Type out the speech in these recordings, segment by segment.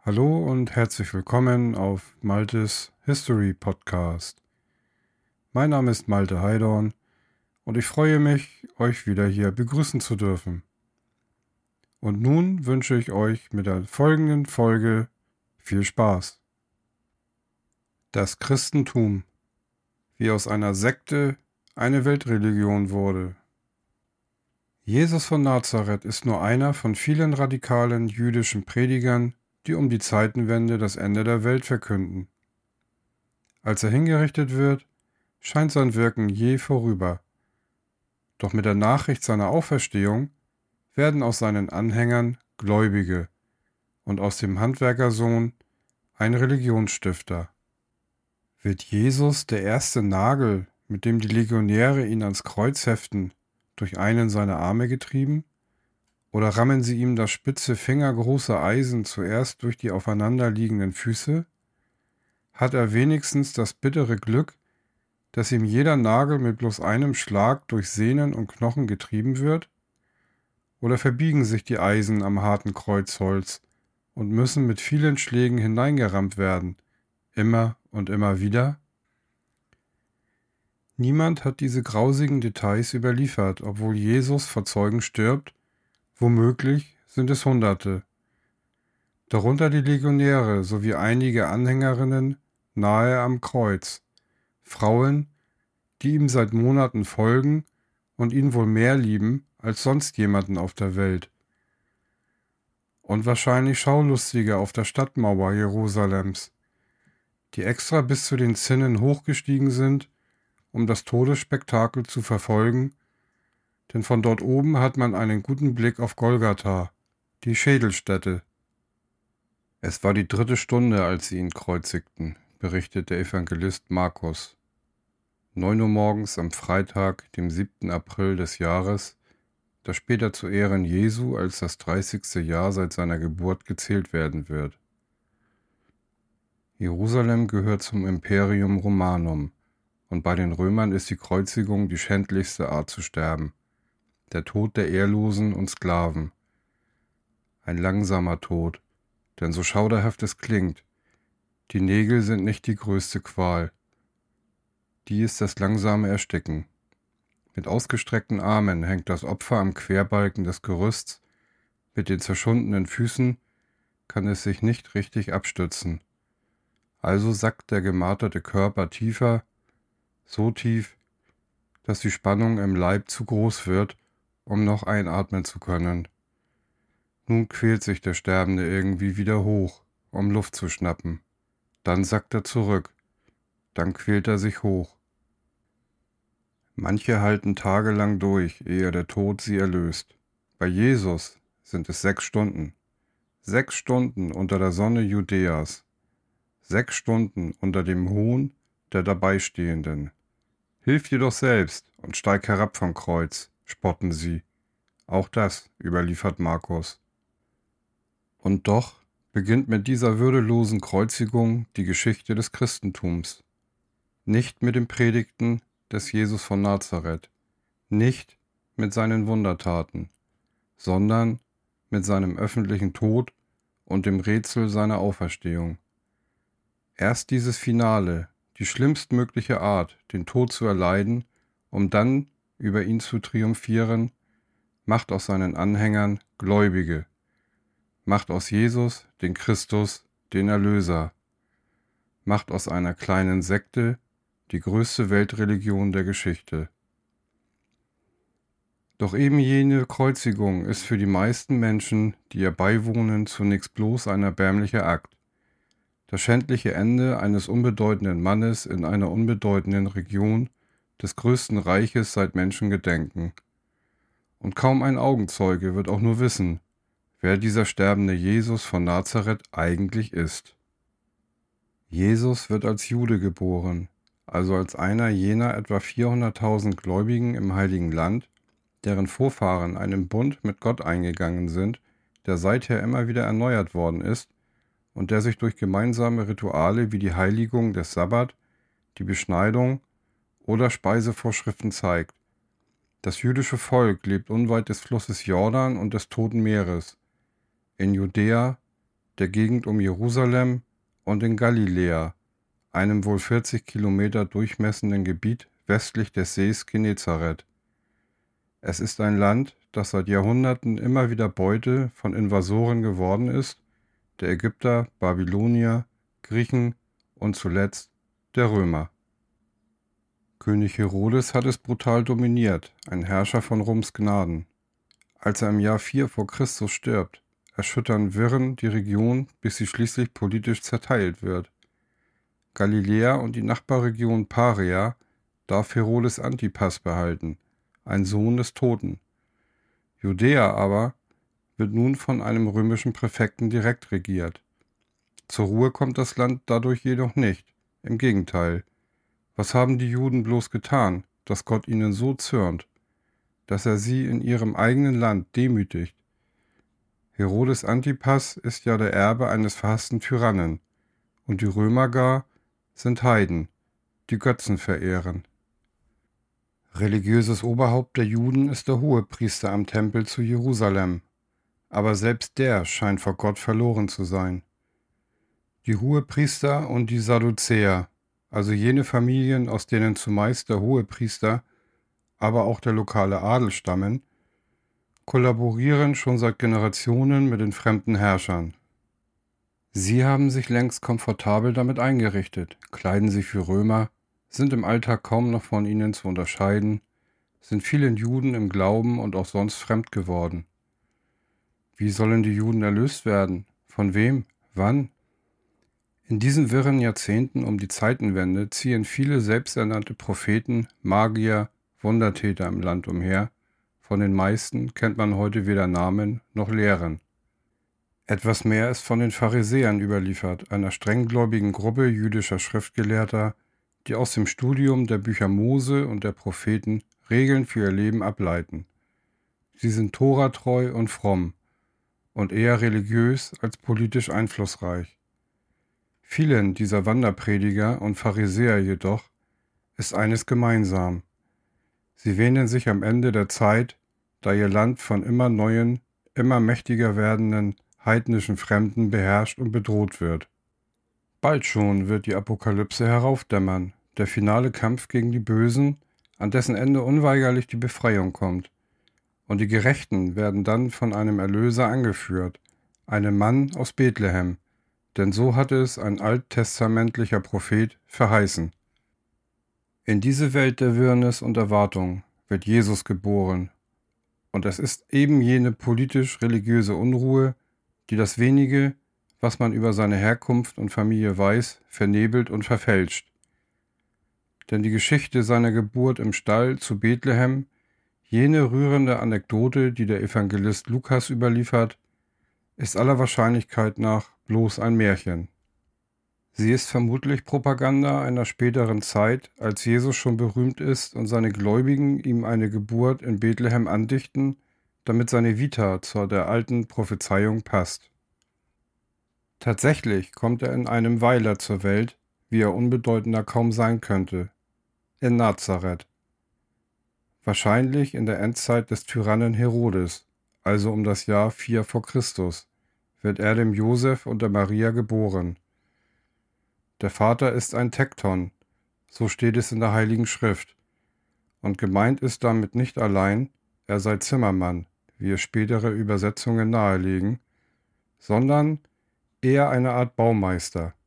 Hallo und herzlich willkommen auf Maltes History Podcast. Mein Name ist Malte Heidorn und ich freue mich, euch wieder hier begrüßen zu dürfen. Und nun wünsche ich euch mit der folgenden Folge viel Spaß. Das Christentum, wie aus einer Sekte eine Weltreligion wurde. Jesus von Nazareth ist nur einer von vielen radikalen jüdischen Predigern, die um die Zeitenwende das Ende der Welt verkünden. Als er hingerichtet wird, scheint sein Wirken je vorüber. Doch mit der Nachricht seiner Auferstehung werden aus seinen Anhängern Gläubige und aus dem Handwerkersohn ein Religionsstifter. Wird Jesus der erste Nagel, mit dem die Legionäre ihn ans Kreuz heften, durch einen seiner Arme getrieben? Oder rammen sie ihm das spitze fingergroße Eisen zuerst durch die aufeinanderliegenden Füße? Hat er wenigstens das bittere Glück, dass ihm jeder Nagel mit bloß einem Schlag durch Sehnen und Knochen getrieben wird? Oder verbiegen sich die Eisen am harten Kreuzholz und müssen mit vielen Schlägen hineingerammt werden, immer und immer wieder? Niemand hat diese grausigen Details überliefert, obwohl Jesus vor Zeugen stirbt, womöglich sind es Hunderte. Darunter die Legionäre sowie einige Anhängerinnen nahe am Kreuz, Frauen, die ihm seit Monaten folgen und ihn wohl mehr lieben als sonst jemanden auf der Welt. Und wahrscheinlich Schaulustige auf der Stadtmauer Jerusalems, die extra bis zu den Zinnen hochgestiegen sind, um das Todesspektakel zu verfolgen, denn von dort oben hat man einen guten Blick auf Golgatha, die Schädelstätte. Es war die 3. Stunde, als sie ihn kreuzigten, berichtet der Evangelist Markus. 9 Uhr morgens am Freitag, dem 7. April des Jahres, das später zu Ehren Jesu als das 30. Jahr seit seiner Geburt gezählt werden wird. Jerusalem gehört zum Imperium Romanum, und bei den Römern ist die Kreuzigung die schändlichste Art zu sterben, der Tod der Ehrlosen und Sklaven. Ein langsamer Tod, denn so schauderhaft es klingt, die Nägel sind nicht die größte Qual. Die ist das langsame Ersticken. Mit ausgestreckten Armen hängt das Opfer am Querbalken des Gerüsts, mit den zerschundenen Füßen kann es sich nicht richtig abstützen. Also sackt der gemarterte Körper tiefer, so tief, dass die Spannung im Leib zu groß wird, um noch einatmen zu können. Nun quält sich der Sterbende irgendwie wieder hoch, um Luft zu schnappen. Dann sackt er zurück, dann quält er sich hoch. Manche halten tagelang durch, ehe der Tod sie erlöst. Bei Jesus sind es 6 Stunden. 6 Stunden unter der Sonne Judäas. 6 Stunden unter dem Hohn der Dabeistehenden. Hilf dir doch selbst und steig herab vom Kreuz, spotten sie. Auch das überliefert Markus. Und doch beginnt mit dieser würdelosen Kreuzigung die Geschichte des Christentums. Nicht mit den Predigten des Jesus von Nazareth, nicht mit seinen Wundertaten, sondern mit seinem öffentlichen Tod und dem Rätsel seiner Auferstehung. Erst dieses Finale, die schlimmstmögliche Art, den Tod zu erleiden, um dann über ihn zu triumphieren, macht aus seinen Anhängern Gläubige, macht aus Jesus den Christus, den Erlöser, macht aus einer kleinen Sekte die größte Weltreligion der Geschichte. Doch eben jene Kreuzigung ist für die meisten Menschen, die ihr beiwohnen, zunächst bloß ein erbärmlicher Akt. Das schändliche Ende eines unbedeutenden Mannes in einer unbedeutenden Region des größten Reiches seit Menschengedenken. Und kaum ein Augenzeuge wird auch nur wissen, wer dieser sterbende Jesus von Nazareth eigentlich ist. Jesus wird als Jude geboren, also als einer jener etwa 400.000 Gläubigen im Heiligen Land, deren Vorfahren einen Bund mit Gott eingegangen sind, der seither immer wieder erneuert worden ist und der sich durch gemeinsame Rituale wie die Heiligung des Sabbat, die Beschneidung oder Speisevorschriften zeigt. Das jüdische Volk lebt unweit des Flusses Jordan und des Toten Meeres, in Judäa, der Gegend um Jerusalem und in Galiläa, einem wohl 40 Kilometer durchmessenden Gebiet westlich des Sees Genezareth. Es ist ein Land, das seit Jahrhunderten immer wieder Beute von Invasoren geworden ist, der Ägypter, Babylonier, Griechen und zuletzt der Römer. König Herodes hat es brutal dominiert, ein Herrscher von Roms Gnaden. Als er im Jahr 4 vor Christus stirbt, erschüttern Wirren die Region, bis sie schließlich politisch zerteilt wird. Galiläa und die Nachbarregion Parea darf Herodes Antipas behalten, ein Sohn des Toten. Judäa aber wird nun von einem römischen Präfekten direkt regiert. Zur Ruhe kommt das Land dadurch jedoch nicht. Im Gegenteil. Was haben die Juden bloß getan, dass Gott ihnen so zürnt, dass er sie in ihrem eigenen Land demütigt? Herodes Antipas ist ja der Erbe eines verhassten Tyrannen, und die Römer gar sind Heiden, die Götzen verehren. Religiöses Oberhaupt der Juden ist der Hohepriester am Tempel zu Jerusalem, aber selbst der scheint vor Gott verloren zu sein. Die Hohepriester und die Sadduzäer, also jene Familien, aus denen zumeist der Hohepriester, aber auch der lokale Adel stammen, kollaborieren schon seit Generationen mit den fremden Herrschern. Sie haben sich längst komfortabel damit eingerichtet, kleiden sich wie Römer, sind im Alltag kaum noch von ihnen zu unterscheiden, sind vielen Juden im Glauben und auch sonst fremd geworden. Wie sollen die Juden erlöst werden? Von wem? Wann? In diesen wirren Jahrzehnten um die Zeitenwende ziehen viele selbsternannte Propheten, Magier, Wundertäter im Land umher. Von den meisten kennt man heute weder Namen noch Lehren. Etwas mehr ist von den Pharisäern überliefert, einer strenggläubigen Gruppe jüdischer Schriftgelehrter, die aus dem Studium der Bücher Mose und der Propheten Regeln für ihr Leben ableiten. Sie sind toratreu und fromm und eher religiös als politisch einflussreich. Vielen dieser Wanderprediger und Pharisäer jedoch ist eines gemeinsam. Sie wähnen sich am Ende der Zeit, da ihr Land von immer neuen, immer mächtiger werdenden heidnischen Fremden beherrscht und bedroht wird. Bald schon wird die Apokalypse heraufdämmern, der finale Kampf gegen die Bösen, an dessen Ende unweigerlich die Befreiung kommt. Und die Gerechten werden dann von einem Erlöser angeführt, einem Mann aus Bethlehem, denn so hatte es ein alttestamentlicher Prophet verheißen. In diese Welt der Wirrnis und Erwartung wird Jesus geboren, und es ist eben jene politisch-religiöse Unruhe, die das wenige, was man über seine Herkunft und Familie weiß, vernebelt und verfälscht. Denn die Geschichte seiner Geburt im Stall zu Bethlehem, jene rührende Anekdote, die der Evangelist Lukas überliefert, ist aller Wahrscheinlichkeit nach bloß ein Märchen. Sie ist vermutlich Propaganda einer späteren Zeit, als Jesus schon berühmt ist und seine Gläubigen ihm eine Geburt in Bethlehem andichten, damit seine Vita zur der alten Prophezeiung passt. Tatsächlich kommt er in einem Weiler zur Welt, wie er unbedeutender kaum sein könnte, in Nazareth. Wahrscheinlich in der Endzeit des Tyrannen Herodes, also um das Jahr 4 vor Christus, wird er dem Josef und der Maria geboren. Der Vater ist ein Tekton, so steht es in der Heiligen Schrift, und gemeint ist damit nicht allein, er sei Zimmermann, wie es spätere Übersetzungen nahelegen, sondern eher eine Art Baumeister.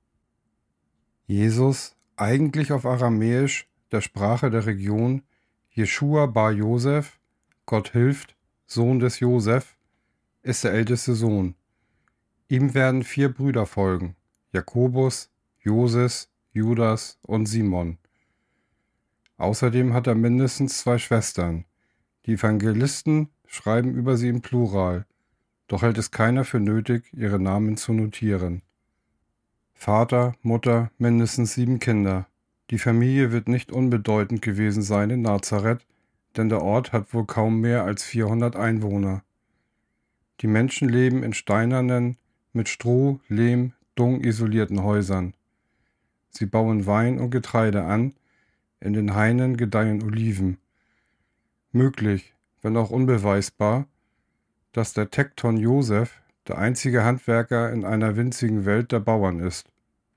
Jesus, eigentlich auf Aramäisch, der Sprache der Region, Jeschua bar Josef, Gott hilft, Sohn des Josef, ist der älteste Sohn. Ihm werden 4 Brüder folgen, Jakobus, Joses, Judas und Simon. Außerdem hat er mindestens 2 Schwestern. Die Evangelisten schreiben über sie im Plural, doch hält es keiner für nötig, ihre Namen zu notieren. Vater, Mutter, mindestens 7 Kinder. Die Familie wird nicht unbedeutend gewesen sein in Nazareth, denn der Ort hat wohl kaum mehr als 400 Einwohner. Die Menschen leben in steinernen, mit Stroh, Lehm, Dung isolierten Häusern. Sie bauen Wein und Getreide an, in den Hainen gedeihen Oliven. Möglich, wenn auch unbeweisbar, dass der Tekton Josef, der einzige Handwerker in einer winzigen Welt der Bauern ist.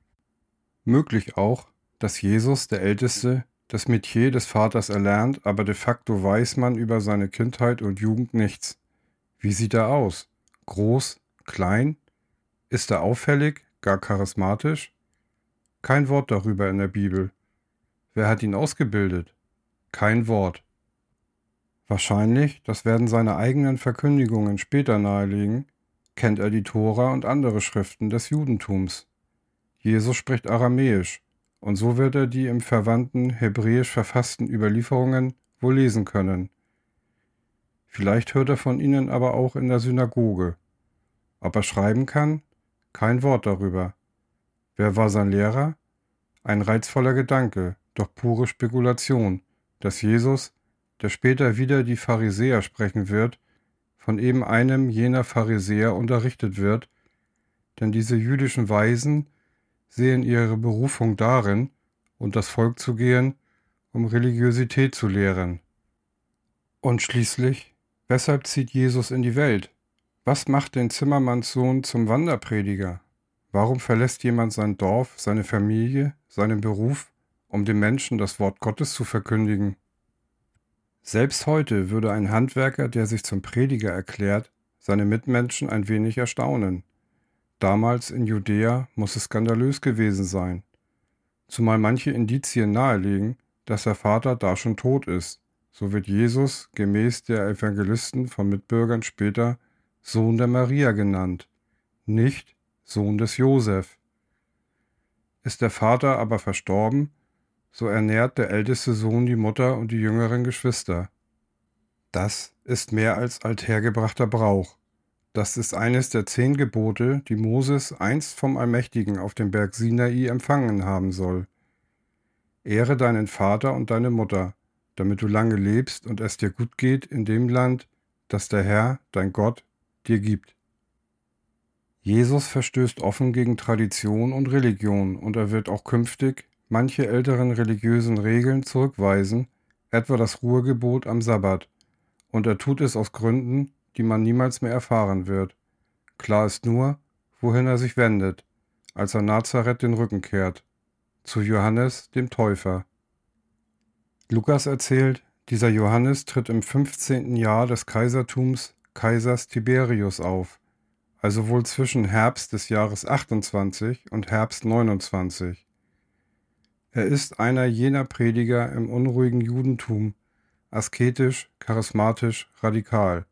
Möglich auch, dass Jesus, der Älteste, das Metier des Vaters erlernt, aber de facto weiß man über seine Kindheit und Jugend nichts. Wie sieht er aus? Groß? Klein? Ist er auffällig? Gar charismatisch? Kein Wort darüber in der Bibel. Wer hat ihn ausgebildet? Kein Wort. Wahrscheinlich, das werden seine eigenen Verkündigungen später nahelegen, kennt er die Tora und andere Schriften des Judentums. Jesus spricht Aramäisch, und so wird er die im verwandten hebräisch verfassten Überlieferungen wohl lesen können. Vielleicht hört er von ihnen aber auch in der Synagoge. Ob er schreiben kann? Kein Wort darüber. Wer war sein Lehrer? Ein reizvoller Gedanke, doch pure Spekulation, dass Jesus, der später wieder die Pharisäer sprechen wird, von eben einem jener Pharisäer unterrichtet wird, denn diese jüdischen Weisen sehen ihre Berufung darin, unter das Volk zu gehen, um Religiosität zu lehren. Und schließlich, weshalb zieht Jesus in die Welt? Was macht den Zimmermannssohn zum Wanderprediger? Warum verlässt jemand sein Dorf, seine Familie, seinen Beruf, um den Menschen das Wort Gottes zu verkündigen? Selbst heute würde ein Handwerker, der sich zum Prediger erklärt, seine Mitmenschen ein wenig erstaunen. Damals in Judäa muss es skandalös gewesen sein, zumal manche Indizien nahelegen, dass der Vater da schon tot ist. So wird Jesus gemäß der Evangelisten von Mitbürgern später Sohn der Maria genannt, nicht Sohn des Josef. Ist der Vater aber verstorben, so ernährt der älteste Sohn die Mutter und die jüngeren Geschwister. Das ist mehr als althergebrachter Brauch. Das ist eines der 10 Gebote, die Moses einst vom Allmächtigen auf dem Berg Sinai empfangen haben soll. Ehre deinen Vater und deine Mutter, damit du lange lebst und es dir gut geht in dem Land, das der Herr, dein Gott, dir gibt. Jesus verstößt offen gegen Tradition und Religion und er wird auch künftig manche älteren religiösen Regeln zurückweisen, etwa das Ruhegebot am Sabbat, und er tut es aus Gründen, die man niemals mehr erfahren wird. Klar ist nur, wohin er sich wendet, als er Nazareth den Rücken kehrt, zu Johannes, dem Täufer. Lukas erzählt, dieser Johannes tritt im 15. Jahr des Kaisertums Kaisers Tiberius auf, also wohl zwischen Herbst des Jahres 28 und Herbst 29. Er ist einer jener Prediger im unruhigen Judentum, asketisch, charismatisch, radikal.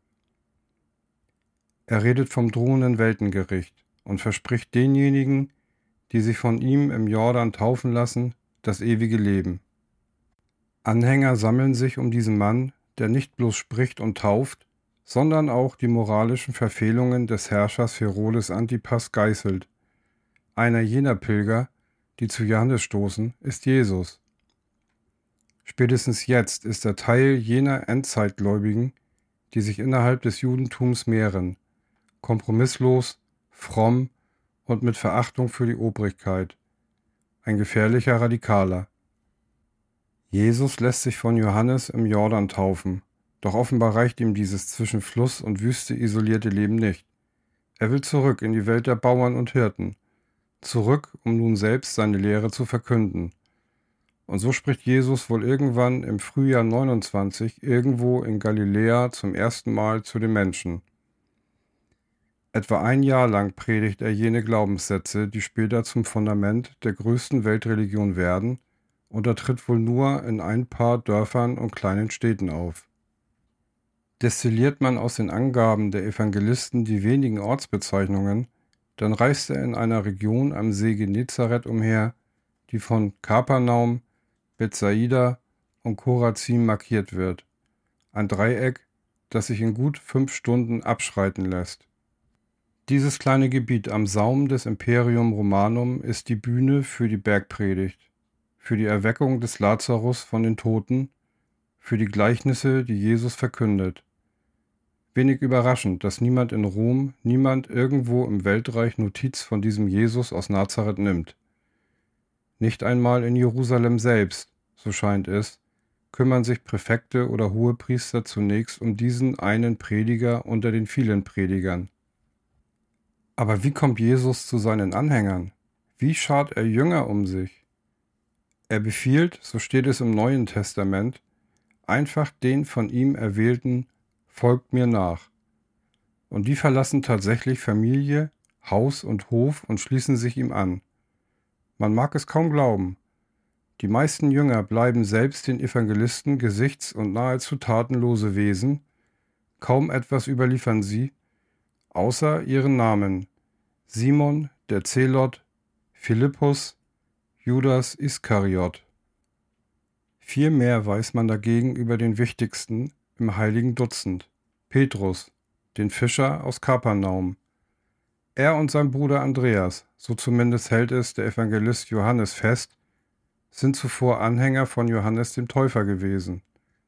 Er redet vom drohenden Weltengericht und verspricht denjenigen, die sich von ihm im Jordan taufen lassen, das ewige Leben. Anhänger sammeln sich um diesen Mann, der nicht bloß spricht und tauft, sondern auch die moralischen Verfehlungen des Herrschers Herodes Antipas geißelt. Einer jener Pilger, die zu Johannes stoßen, ist Jesus. Spätestens jetzt ist er Teil jener Endzeitgläubigen, die sich innerhalb des Judentums mehren, kompromisslos, fromm und mit Verachtung für die Obrigkeit. Ein gefährlicher Radikaler. Jesus lässt sich von Johannes im Jordan taufen, doch offenbar reicht ihm dieses zwischen Fluss und Wüste isolierte Leben nicht. Er will zurück in die Welt der Bauern und Hirten, zurück, um nun selbst seine Lehre zu verkünden. Und so spricht Jesus wohl irgendwann im Frühjahr 29 irgendwo in Galiläa zum ersten Mal zu den Menschen. Etwa ein Jahr lang predigt er jene Glaubenssätze, die später zum Fundament der größten Weltreligion werden, und er tritt wohl nur in ein paar Dörfern und kleinen Städten auf. Destilliert man aus den Angaben der Evangelisten die wenigen Ortsbezeichnungen, dann reist er in einer Region am See Genezareth umher, die von Kapernaum, Bethsaida und Chorazin markiert wird. Ein Dreieck, das sich in gut 5 Stunden abschreiten lässt. Dieses kleine Gebiet am Saum des Imperium Romanum ist die Bühne für die Bergpredigt, für die Erweckung des Lazarus von den Toten, für die Gleichnisse, die Jesus verkündet. Wenig überraschend, dass niemand in Rom, niemand irgendwo im Weltreich Notiz von diesem Jesus aus Nazareth nimmt. Nicht einmal in Jerusalem selbst, so scheint es, kümmern sich Präfekte oder Hohepriester zunächst um diesen einen Prediger unter den vielen Predigern. Aber wie kommt Jesus zu seinen Anhängern? Wie schart er Jünger um sich? Er befiehlt, so steht es im Neuen Testament, einfach den von ihm Erwählten, folgt mir nach. Und die verlassen tatsächlich Familie, Haus und Hof und schließen sich ihm an. Man mag es kaum glauben. Die meisten Jünger bleiben selbst den Evangelisten gesichts- und nahezu tatenlose Wesen, kaum etwas überliefern sie, außer ihren Namen: Simon, der Zelot, Philippus, Judas Iskariot. Viel mehr weiß man dagegen über den wichtigsten im heiligen Dutzend, Petrus, den Fischer aus Kapernaum. Er und sein Bruder Andreas, so zumindest hält es der Evangelist Johannes fest, sind zuvor Anhänger von Johannes dem Täufer gewesen.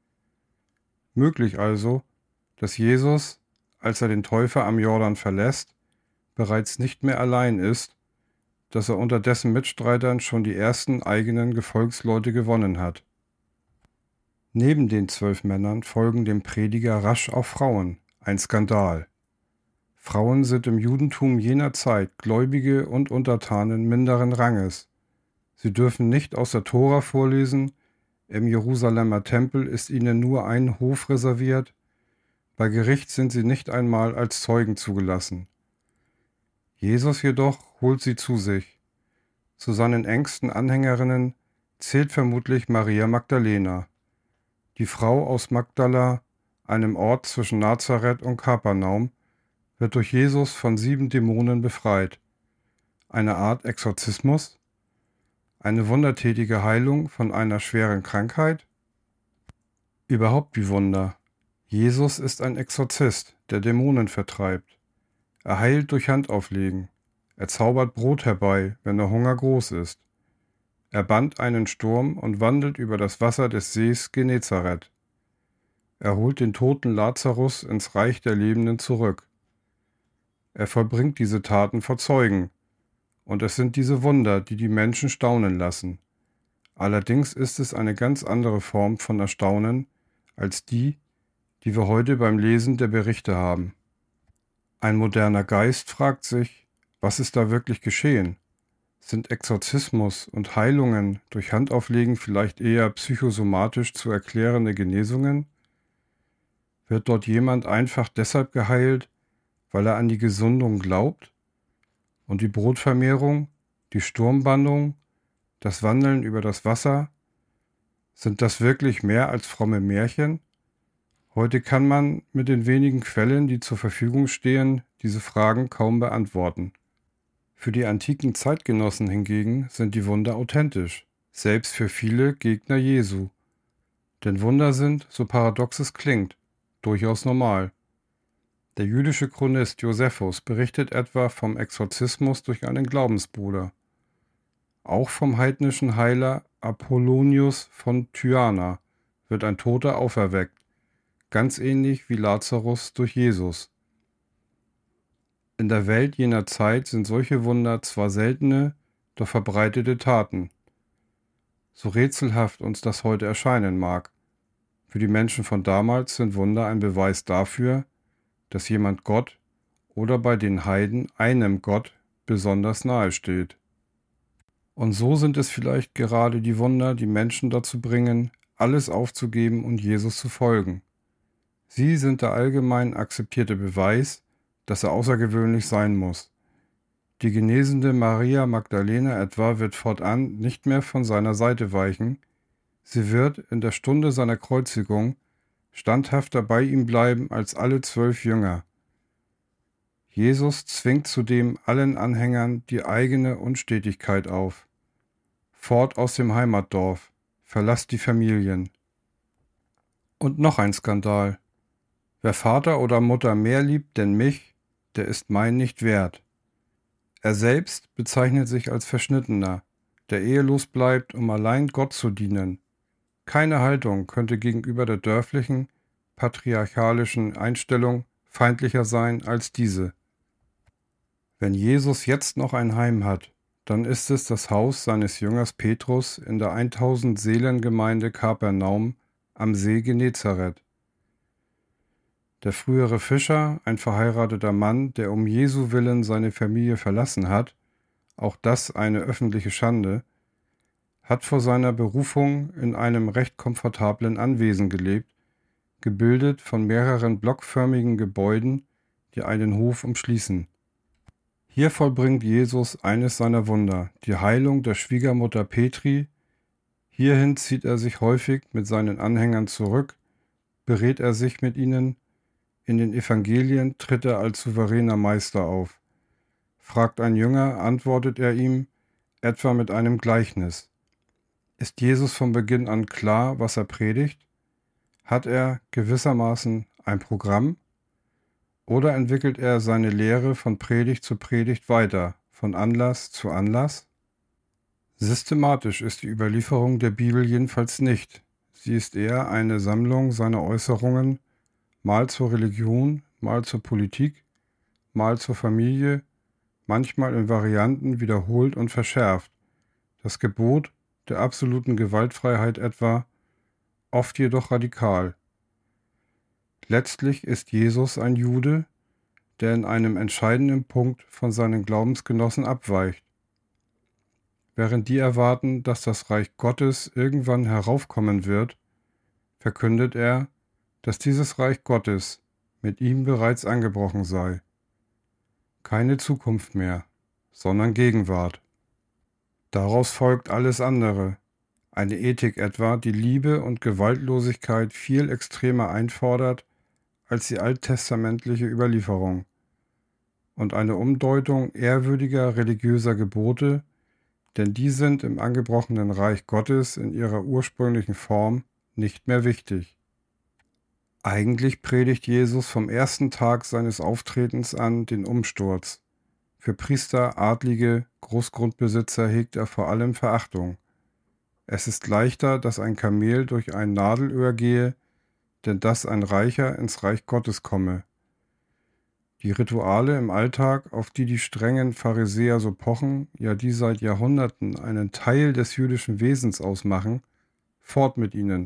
Möglich also, dass Jesus, als er den Täufer am Jordan verlässt, bereits nicht mehr allein ist, dass er unter dessen Mitstreitern schon die ersten eigenen Gefolgsleute gewonnen hat. Neben den 12 Männern folgen dem Prediger rasch auch Frauen, ein Skandal. Frauen sind im Judentum jener Zeit Gläubige und Untertanen minderen Ranges. Sie dürfen nicht aus der Tora vorlesen, im Jerusalemer Tempel ist ihnen nur ein Hof reserviert, bei Gericht sind sie nicht einmal als Zeugen zugelassen. Jesus jedoch holt sie zu sich. Zu seinen engsten Anhängerinnen zählt vermutlich Maria Magdalena, die Frau aus Magdala, einem Ort zwischen Nazareth und Kapernaum, wird durch Jesus von 7 Dämonen befreit. Eine Art Exorzismus? Eine wundertätige Heilung von einer schweren Krankheit? Überhaupt wie Wunder. Jesus ist ein Exorzist, der Dämonen vertreibt. Er heilt durch Handauflegen. Er zaubert Brot herbei, wenn der Hunger groß ist. Er bannt einen Sturm und wandelt über das Wasser des Sees Genezareth. Er holt den toten Lazarus ins Reich der Lebenden zurück. Er vollbringt diese Taten vor Zeugen, und es sind diese Wunder, die die Menschen staunen lassen. Allerdings ist es eine ganz andere Form von Erstaunen als die wir heute beim Lesen der Berichte haben. Ein moderner Geist fragt sich, was ist da wirklich geschehen? Sind Exorzismus und Heilungen durch Handauflegen vielleicht eher psychosomatisch zu erklärende Genesungen? Wird dort jemand einfach deshalb geheilt, weil er an die Gesundung glaubt? Und die Brotvermehrung, die Sturmbandung, das Wandeln über das Wasser, sind das wirklich mehr als fromme Märchen? Heute kann man mit den wenigen Quellen, die zur Verfügung stehen, diese Fragen kaum beantworten. Für die antiken Zeitgenossen hingegen sind die Wunder authentisch, selbst für viele Gegner Jesu. Denn Wunder sind, so paradox es klingt, durchaus normal. Der jüdische Chronist Josephus berichtet etwa vom Exorzismus durch einen Glaubensbruder. Auch vom heidnischen Heiler Apollonius von Tyana wird ein Toter auferweckt, ganz ähnlich wie Lazarus durch Jesus. In der Welt jener Zeit sind solche Wunder zwar seltene, doch verbreitete Taten. So rätselhaft uns das heute erscheinen mag, für die Menschen von damals sind Wunder ein Beweis dafür, dass jemand Gott oder bei den Heiden einem Gott besonders nahe steht. Und so sind es vielleicht gerade die Wunder, die Menschen dazu bringen, alles aufzugeben und Jesus zu folgen. Sie sind der allgemein akzeptierte Beweis, dass er außergewöhnlich sein muss. Die genesende Maria Magdalena etwa wird fortan nicht mehr von seiner Seite weichen, sie wird in der Stunde seiner Kreuzigung standhafter bei ihm bleiben als alle 12 Jünger. Jesus zwingt zudem allen Anhängern die eigene Unstetigkeit auf. Fort aus dem Heimatdorf, verlasst die Familien. Und noch ein Skandal. Wer Vater oder Mutter mehr liebt denn mich, der ist mein nicht wert. Er selbst bezeichnet sich als Verschnittener, der ehelos bleibt, um allein Gott zu dienen. Keine Haltung könnte gegenüber der dörflichen, patriarchalischen Einstellung feindlicher sein als diese. Wenn Jesus jetzt noch ein Heim hat, dann ist es das Haus seines Jüngers Petrus in der 1000-Seelen-Gemeinde Kapernaum am See Genezareth. Der frühere Fischer, ein verheirateter Mann, der um Jesu willen seine Familie verlassen hat, auch das eine öffentliche Schande, hat vor seiner Berufung in einem recht komfortablen Anwesen gelebt, gebildet von mehreren blockförmigen Gebäuden, die einen Hof umschließen. Hier vollbringt Jesus eines seiner Wunder, die Heilung der Schwiegermutter Petri. Hierhin zieht er sich häufig mit seinen Anhängern zurück, berät er sich mit ihnen, in den Evangelien tritt er als souveräner Meister auf. Fragt ein Jünger, antwortet er ihm, etwa mit einem Gleichnis. Ist Jesus von Beginn an klar, was er predigt? Hat er gewissermaßen ein Programm? Oder entwickelt er seine Lehre von Predigt zu Predigt weiter, von Anlass zu Anlass? Systematisch ist die Überlieferung der Bibel jedenfalls nicht. Sie ist eher eine Sammlung seiner Äußerungen, mal zur Religion, mal zur Politik, mal zur Familie, manchmal in Varianten wiederholt und verschärft. Das Gebot der absoluten Gewaltfreiheit etwa, oft jedoch radikal. Letztlich ist Jesus ein Jude, der in einem entscheidenden Punkt von seinen Glaubensgenossen abweicht. Während die erwarten, dass das Reich Gottes irgendwann heraufkommen wird, verkündet er, dass dieses Reich Gottes mit ihm bereits angebrochen sei. Keine Zukunft mehr, sondern Gegenwart. Daraus folgt alles andere, eine Ethik etwa, die Liebe und Gewaltlosigkeit viel extremer einfordert als die alttestamentliche Überlieferung, und eine Umdeutung ehrwürdiger religiöser Gebote, denn die sind im angebrochenen Reich Gottes in ihrer ursprünglichen Form nicht mehr wichtig. Eigentlich predigt Jesus vom ersten Tag seines Auftretens an den Umsturz. Für Priester, Adlige, Großgrundbesitzer hegt er vor allem Verachtung. Es ist leichter, dass ein Kamel durch ein Nadelöhr gehe, denn dass ein Reicher ins Reich Gottes komme. Die Rituale im Alltag, auf die die strengen Pharisäer so pochen, ja die seit Jahrhunderten einen Teil des jüdischen Wesens ausmachen, fort mit ihnen.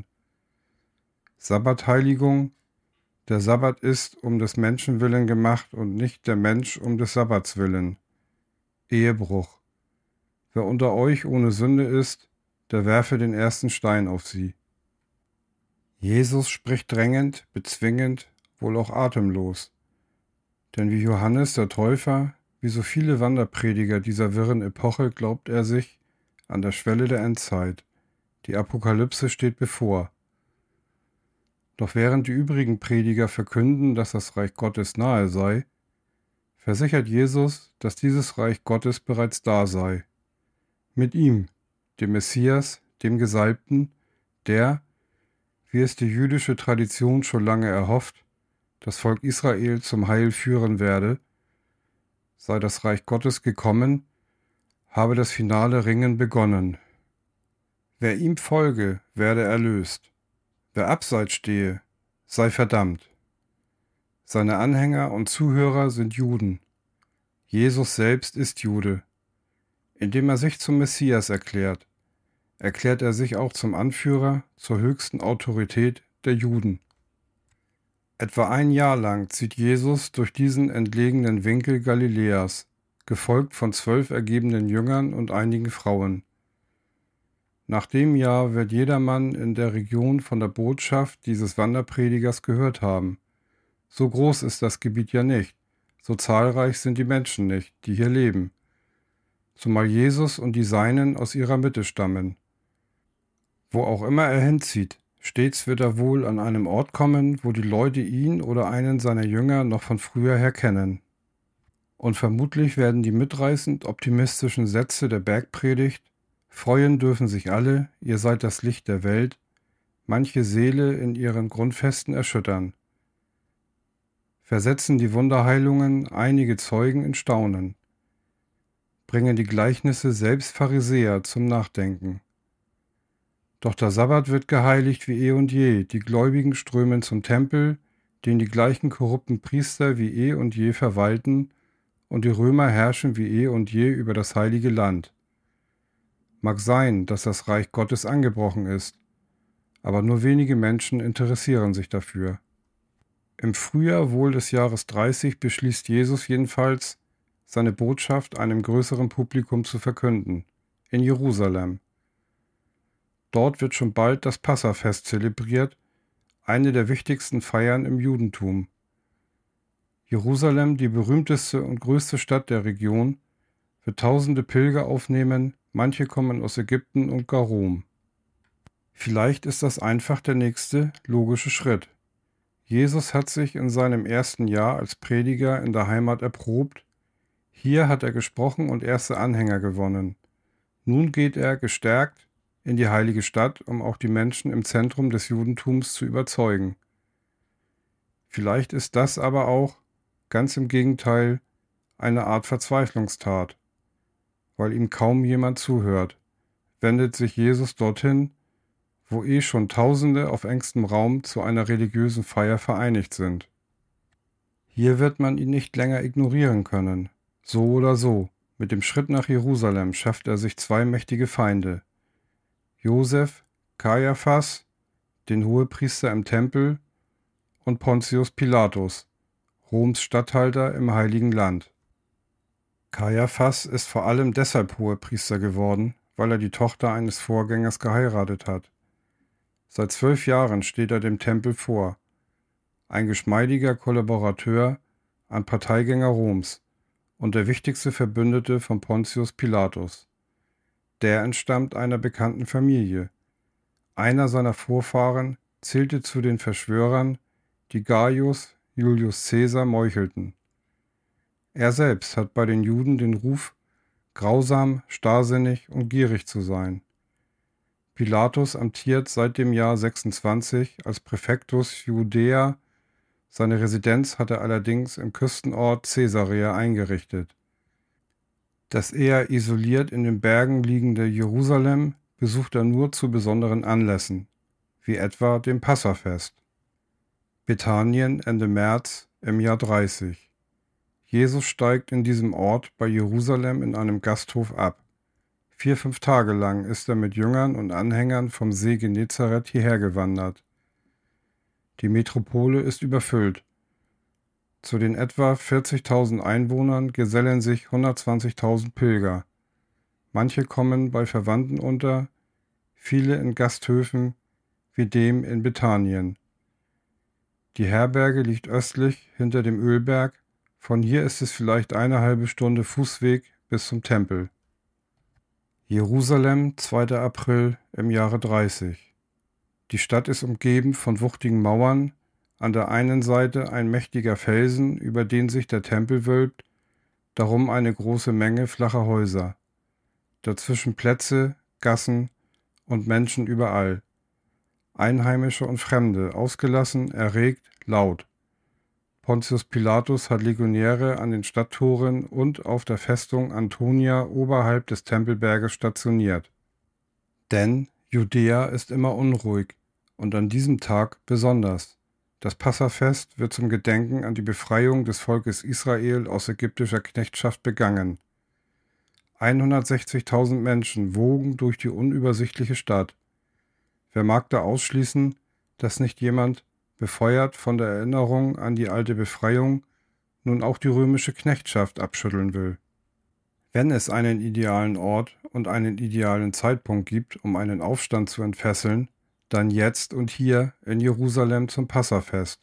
Sabbatheiligung: Der Sabbat ist um des Menschen willen gemacht und nicht der Mensch um des Sabbats willen. Ehebruch: Wer unter euch ohne Sünde ist, der werfe den ersten Stein auf sie. Jesus spricht drängend, bezwingend, wohl auch atemlos. Denn wie Johannes der Täufer, wie so viele Wanderprediger dieser wirren Epoche, glaubt er sich an der Schwelle der Endzeit. Die Apokalypse steht bevor. Doch während die übrigen Prediger verkünden, dass das Reich Gottes nahe sei, versichert Jesus, dass dieses Reich Gottes bereits da sei. Mit ihm, dem Messias, dem Gesalbten, der, wie es die jüdische Tradition schon lange erhofft, das Volk Israel zum Heil führen werde, sei das Reich Gottes gekommen, habe das finale Ringen begonnen. Wer ihm folge, werde erlöst. Wer abseits stehe, sei verdammt. Seine Anhänger und Zuhörer sind Juden. Jesus selbst ist Jude. Indem er sich zum Messias erklärt, erklärt er sich auch zum Anführer, zur höchsten Autorität der Juden. Etwa ein Jahr lang zieht Jesus durch diesen entlegenen Winkel Galiläas, gefolgt von 12 ergebenen Jüngern und einigen Frauen. Nach dem Jahr wird jedermann in der Region von der Botschaft dieses Wanderpredigers gehört haben. So groß ist das Gebiet ja nicht, so zahlreich sind die Menschen nicht, die hier leben, zumal Jesus und die Seinen aus ihrer Mitte stammen. Wo auch immer er hinzieht, stets wird er wohl an einem Ort kommen, wo die Leute ihn oder einen seiner Jünger noch von früher her kennen. Und vermutlich werden die mitreißend optimistischen Sätze der Bergpredigt: Freuen dürfen sich alle, ihr seid das Licht der Welt, manche Seele in ihren Grundfesten erschüttern. Versetzen die Wunderheilungen einige Zeugen in Staunen. Bringen die Gleichnisse selbst Pharisäer zum Nachdenken. Doch der Sabbat wird geheiligt wie eh und je, die Gläubigen strömen zum Tempel, den die gleichen korrupten Priester wie eh und je verwalten, und die Römer herrschen wie eh und je über das heilige Land. Mag sein, dass das Reich Gottes angebrochen ist, aber nur wenige Menschen interessieren sich dafür. Im Frühjahr wohl des Jahres 30 beschließt Jesus jedenfalls, seine Botschaft einem größeren Publikum zu verkünden, in Jerusalem. Dort wird schon bald das Passafest zelebriert, eine der wichtigsten Feiern im Judentum. Jerusalem, die berühmteste und größte Stadt der Region, wird tausende Pilger aufnehmen, manche kommen aus Ägypten und gar Rom. Vielleicht ist das einfach der nächste logische Schritt. Jesus hat sich in seinem ersten Jahr als Prediger in der Heimat erprobt. Hier hat er gesprochen und erste Anhänger gewonnen. Nun geht er gestärkt in die heilige Stadt, um auch die Menschen im Zentrum des Judentums zu überzeugen. Vielleicht ist das aber auch, ganz im Gegenteil, eine Art Verzweiflungstat. Weil ihm kaum jemand zuhört, wendet sich Jesus dorthin, wo schon Tausende auf engstem Raum zu einer religiösen Feier vereinigt sind. Hier wird man ihn nicht länger ignorieren können. So oder so, mit dem Schritt nach Jerusalem schafft er sich zwei mächtige Feinde. Josef, Kajaphas, den Hohepriester im Tempel, und Pontius Pilatus, Roms Statthalter im Heiligen Land. Kajaphas ist vor allem deshalb Hohepriester geworden, weil er die Tochter eines Vorgängers geheiratet hat. Seit 12 Jahren steht er dem Tempel vor, ein geschmeidiger Kollaborateur an Parteigänger Roms und der wichtigste Verbündete von Pontius Pilatus. Der entstammt einer bekannten Familie. Einer seiner Vorfahren zählte zu den Verschwörern, die Gaius Julius Caesar meuchelten. Er selbst hat bei den Juden den Ruf, grausam, starrsinnig und gierig zu sein. Pilatus amtiert seit dem Jahr 26 als Praefectus Judäa. Seine Residenz hat er allerdings im Küstenort Caesarea eingerichtet. Das eher isoliert in den Bergen liegende Jerusalem besucht er nur zu besonderen Anlässen, wie etwa dem Passafest. Bethanien Ende März im Jahr 30. Jesus steigt in diesem Ort bei Jerusalem in einem Gasthof ab. 4-5 Tage lang ist er mit Jüngern und Anhängern vom See Genezareth hierher gewandert. Die Metropole ist überfüllt. Zu den etwa 40.000 Einwohnern gesellen sich 120.000 Pilger. Manche kommen bei Verwandten unter, viele in Gasthöfen wie dem in Bethanien. Die Herberge liegt östlich hinter dem Ölberg. Von hier ist es vielleicht eine halbe Stunde Fußweg bis zum Tempel. Jerusalem, 2. April im Jahre 30. Die Stadt ist umgeben von wuchtigen Mauern, an der einen Seite ein mächtiger Felsen, über den sich der Tempel wölbt, darum eine große Menge flacher Häuser. Dazwischen Plätze, Gassen und Menschen überall. Einheimische und Fremde, ausgelassen, erregt, laut. Pontius Pilatus hat Legionäre an den Stadttoren und auf der Festung Antonia oberhalb des Tempelberges stationiert. Denn Judäa ist immer unruhig und an diesem Tag besonders. Das Passafest wird zum Gedenken an die Befreiung des Volkes Israel aus ägyptischer Knechtschaft begangen. 160.000 Menschen wogen durch die unübersichtliche Stadt. Wer mag da ausschließen, dass nicht jemand, befeuert von der Erinnerung an die alte Befreiung, nun auch die römische Knechtschaft abschütteln will? Wenn es einen idealen Ort und einen idealen Zeitpunkt gibt, um einen Aufstand zu entfesseln, dann jetzt und hier in Jerusalem zum Passafest.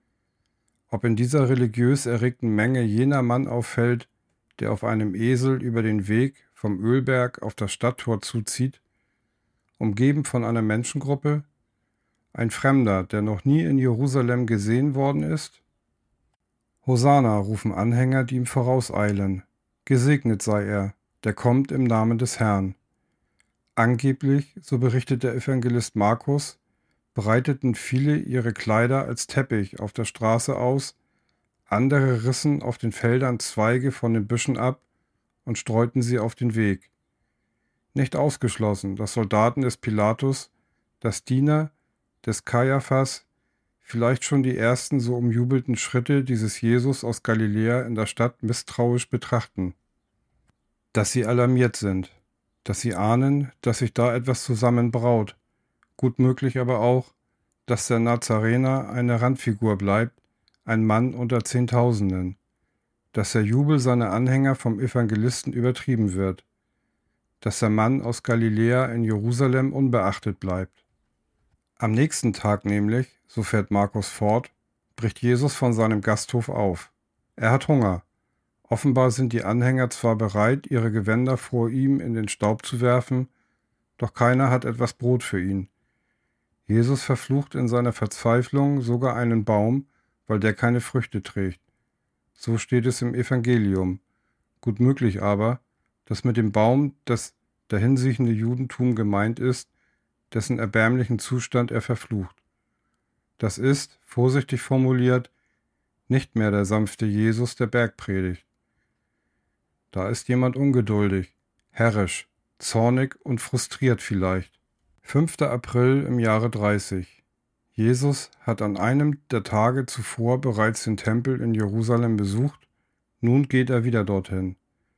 Ob in dieser religiös erregten Menge jener Mann auffällt, der auf einem Esel über den Weg vom Ölberg auf das Stadttor zuzieht, umgeben von einer Menschengruppe, ein Fremder, der noch nie in Jerusalem gesehen worden ist? Hosanna, rufen Anhänger, die ihm vorauseilen. Gesegnet sei er, der kommt im Namen des Herrn. Angeblich, so berichtet der Evangelist Markus, breiteten viele ihre Kleider als Teppich auf der Straße aus, andere rissen auf den Feldern Zweige von den Büschen ab und streuten sie auf den Weg. Nicht ausgeschlossen, dass Soldaten des Pilatus, dass Diener des Kajaphas vielleicht schon die ersten so umjubelten Schritte dieses Jesus aus Galiläa in der Stadt misstrauisch betrachten. Dass sie alarmiert sind, dass sie ahnen, dass sich da etwas zusammenbraut, gut möglich aber auch, dass der Nazarener eine Randfigur bleibt ein Mann unter Zehntausenden, dass der Jubel seiner Anhänger vom Evangelisten übertrieben wird, dass der Mann aus Galiläa in Jerusalem unbeachtet bleibt. Am nächsten Tag nämlich, so fährt Markus fort, bricht Jesus von seinem Gasthof auf. Er hat Hunger. Offenbar sind die Anhänger zwar bereit, ihre Gewänder vor ihm in den Staub zu werfen, doch keiner hat etwas Brot für ihn. Jesus verflucht in seiner Verzweiflung sogar einen Baum, weil der keine Früchte trägt. So steht es im Evangelium. Gut möglich aber, dass mit dem Baum das dahinsiechende Judentum gemeint ist, dessen erbärmlichen Zustand er verflucht. Das ist, vorsichtig formuliert, nicht mehr der sanfte Jesus der Bergpredigt. Da ist jemand ungeduldig, herrisch, zornig und frustriert vielleicht. 5. April im Jahre 30. Jesus hat an einem der Tage zuvor bereits den Tempel in Jerusalem besucht, nun geht er wieder dorthin.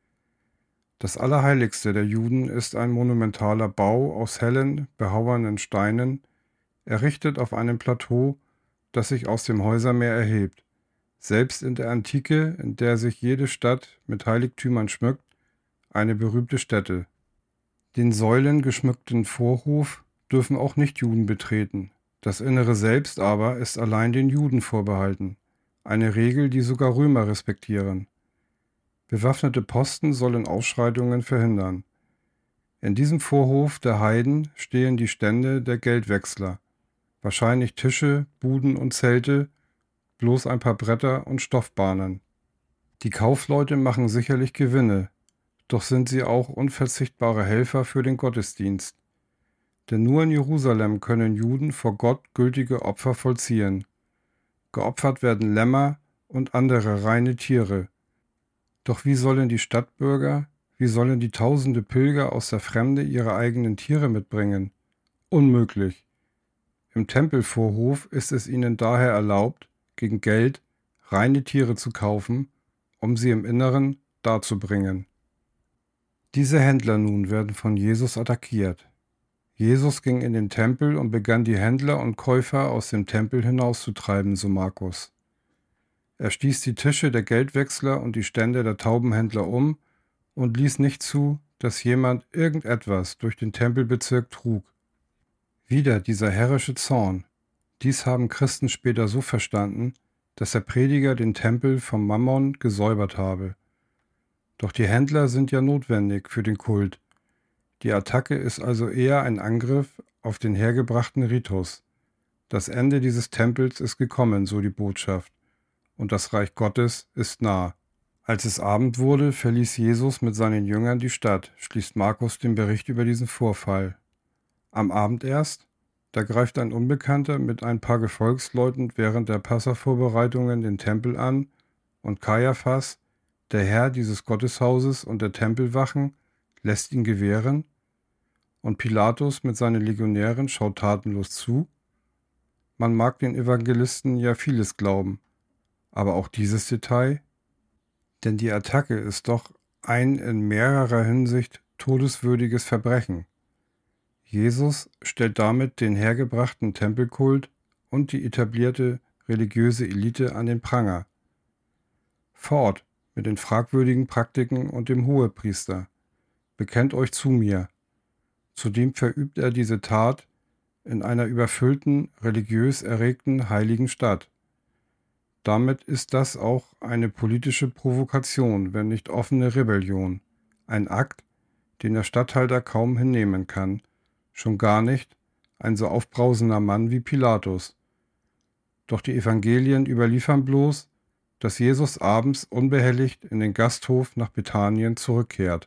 Das Allerheiligste der Juden ist ein monumentaler Bau aus hellen, behauenen Steinen, errichtet auf einem Plateau, das sich aus dem Häusermeer erhebt. Selbst in der Antike, in der sich jede Stadt mit Heiligtümern schmückt, eine berühmte Stätte. Den säulengeschmückten Vorhof dürfen auch Nichtjuden betreten. Das Innere selbst aber ist allein den Juden vorbehalten. Eine Regel, die sogar Römer respektieren. Bewaffnete Posten sollen Ausschreitungen verhindern. In diesem Vorhof der Heiden stehen die Stände der Geldwechsler. Wahrscheinlich Tische, Buden und Zelte, bloß ein paar Bretter und Stoffbahnen. Die Kaufleute machen sicherlich Gewinne, doch sind sie auch unverzichtbare Helfer für den Gottesdienst. Denn nur in Jerusalem können Juden vor Gott gültige Opfer vollziehen. Geopfert werden Lämmer und andere reine Tiere. Doch wie sollen die Stadtbürger, wie sollen die tausende Pilger aus der Fremde ihre eigenen Tiere mitbringen? Unmöglich. Im Tempelvorhof ist es ihnen daher erlaubt, gegen Geld reine Tiere zu kaufen, um sie im Inneren darzubringen. Diese Händler nun werden von Jesus attackiert. Jesus ging in den Tempel und begann die Händler und Käufer aus dem Tempel hinauszutreiben, so Markus. Er stieß die Tische der Geldwechsler und die Stände der Taubenhändler um und ließ nicht zu, dass jemand irgendetwas durch den Tempelbezirk trug. Wieder dieser herrische Zorn. Dies haben Christen später so verstanden, dass der Prediger den Tempel vom Mammon gesäubert habe. Doch die Händler sind ja notwendig für den Kult. Die Attacke ist also eher ein Angriff auf den hergebrachten Ritus. Das Ende dieses Tempels ist gekommen, so die Botschaft, und das Reich Gottes ist nah. Als es Abend wurde, verließ Jesus mit seinen Jüngern die Stadt, schließt Markus den Bericht über diesen Vorfall. Am Abend erst, da greift ein Unbekannter mit ein paar Gefolgsleuten während der Passavorbereitungen den Tempel an und Kajaphas, der Herr dieses Gotteshauses und der Tempelwachen, lässt ihn gewähren und Pilatus mit seinen Legionären schaut tatenlos zu. Man mag den Evangelisten ja vieles glauben, aber auch dieses Detail? Denn die Attacke ist doch ein in mehrerer Hinsicht todeswürdiges Verbrechen. Jesus stellt damit den hergebrachten Tempelkult und die etablierte religiöse Elite an den Pranger. Fort mit den fragwürdigen Praktiken und dem Hohepriester. Bekennt euch zu mir. Zudem verübt er diese Tat in einer überfüllten, religiös erregten heiligen Stadt. Damit ist das auch eine politische Provokation, wenn nicht offene Rebellion. Ein Akt, den der Statthalter kaum hinnehmen kann, schon gar nicht ein so aufbrausender Mann wie Pilatus. Doch die Evangelien überliefern bloß, dass Jesus abends unbehelligt in den Gasthof nach Bethanien zurückkehrt.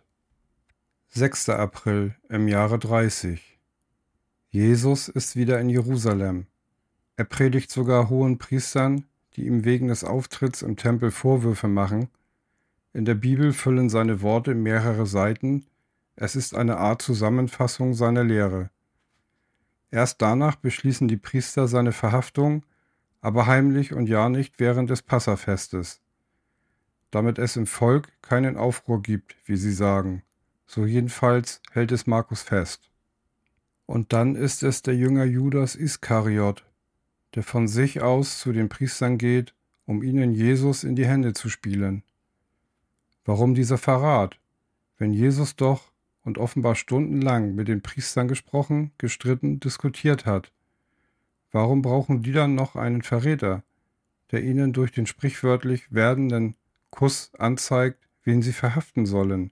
6. April im Jahre 30. Jesus ist wieder in Jerusalem. Er predigt sogar hohen Priestern, die ihm wegen des Auftritts im Tempel Vorwürfe machen. In der Bibel füllen seine Worte mehrere Seiten. Es ist eine Art Zusammenfassung seiner Lehre. Erst danach beschließen die Priester seine Verhaftung, aber heimlich und ja nicht während des Passafestes, damit es im Volk keinen Aufruhr gibt, wie sie sagen. So jedenfalls hält es Markus fest. Und dann ist es der Jünger Judas Iskariot, der von sich aus zu den Priestern geht um ihnen Jesus in die Hände zu spielen. Warum dieser Verrat, wenn Jesus doch und offenbar stundenlang mit den Priestern gesprochen, gestritten, diskutiert hat? Warum brauchen die dann noch einen Verräter, der ihnen durch den sprichwörtlich werdenden Kuss anzeigt, wen sie verhaften sollen?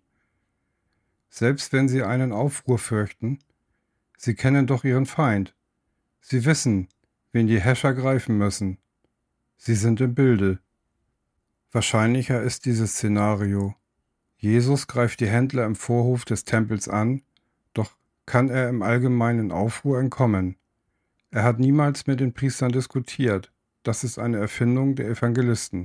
Selbst wenn sie einen Aufruhr fürchten, sie kennen doch ihren Feind. Sie wissen, wen die Häscher greifen müssen. Sie sind im Bilde. Wahrscheinlicher ist dieses Szenario. Jesus greift die Händler im Vorhof des Tempels an, doch kann er im allgemeinen Aufruhr entkommen. Er hat niemals mit den Priestern diskutiert. Das ist eine Erfindung der Evangelisten.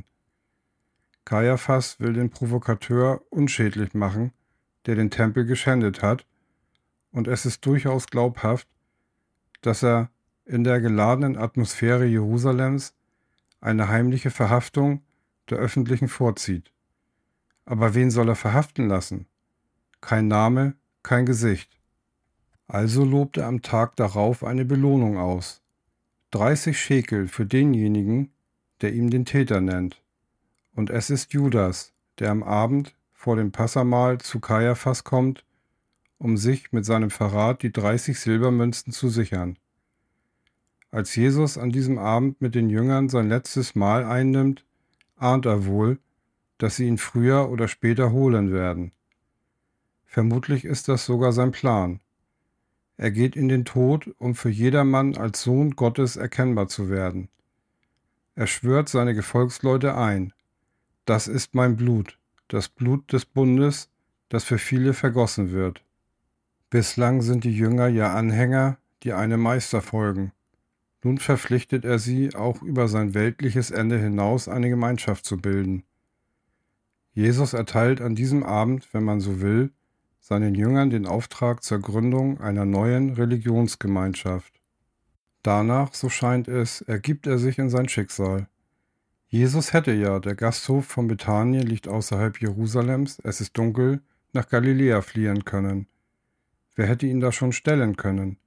Kajaphas will den Provokateur unschädlich machen, der den Tempel geschändet hat, und es ist durchaus glaubhaft, dass er in der geladenen Atmosphäre Jerusalems eine heimliche Verhaftung der Öffentlichen vorzieht. Aber wen soll er verhaften lassen? Kein Name, kein Gesicht. Also lobt er am Tag darauf eine Belohnung aus. 30 Schekel für denjenigen, der ihm den Täter nennt. Und es ist Judas, der am Abend vor dem Passamahl zu Kajaphas kommt, um sich mit seinem Verrat die 30 Silbermünzen zu sichern. Als Jesus an diesem Abend mit den Jüngern sein letztes Mahl einnimmt, ahnt er wohl, dass sie ihn früher oder später holen werden. Vermutlich ist das sogar sein Plan. Er geht in den Tod, um für jedermann als Sohn Gottes erkennbar zu werden. Er schwört seine Gefolgsleute ein: Das ist mein Blut, das Blut des Bundes, das für viele vergossen wird. Bislang sind die Jünger ja Anhänger, die einem Meister folgen. Nun verpflichtet er sie, auch über sein weltliches Ende hinaus eine Gemeinschaft zu bilden. Jesus erteilt an diesem Abend, wenn man so will, seinen Jüngern den Auftrag zur Gründung einer neuen Religionsgemeinschaft. Danach, so scheint es, ergibt er sich in sein Schicksal. Jesus hätte ja, der Gasthof von Bethanien liegt außerhalb Jerusalems, es ist dunkel, nach Galiläa fliehen können. Wer hätte ihn da schon stellen können?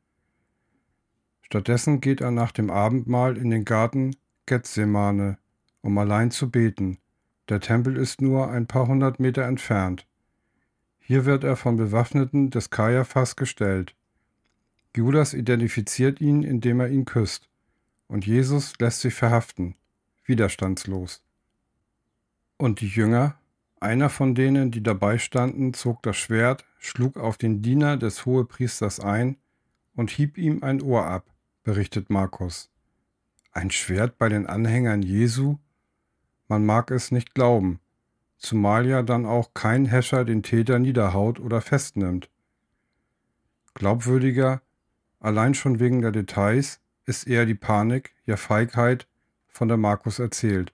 Stattdessen geht er nach dem Abendmahl in den Garten Gethsemane, um allein zu beten. Der Tempel ist nur ein paar hundert Meter entfernt. Hier wird er von Bewaffneten des Kajaphas gestellt. Judas identifiziert ihn, indem er ihn küsst. Und Jesus lässt sich verhaften, widerstandslos. Und die Jünger? Einer von denen, die dabei standen, zog das Schwert, schlug auf den Diener des Hohepriesters ein und hieb ihm ein Ohr ab, berichtet Markus. Ein Schwert bei den Anhängern Jesu? Man mag es nicht glauben, zumal ja dann auch kein Häscher den Täter niederhaut oder festnimmt. Glaubwürdiger, allein schon wegen der Details, ist eher die Panik, ja Feigheit, von der Markus erzählt.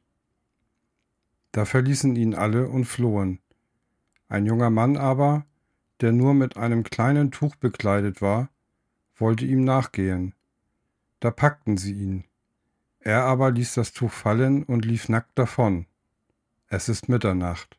Da verließen ihn alle und flohen. Ein junger Mann aber, der nur mit einem kleinen Tuch bekleidet war, wollte ihm nachgehen. Da packten sie ihn. Er aber ließ das Tuch fallen und lief nackt davon. Es ist Mitternacht.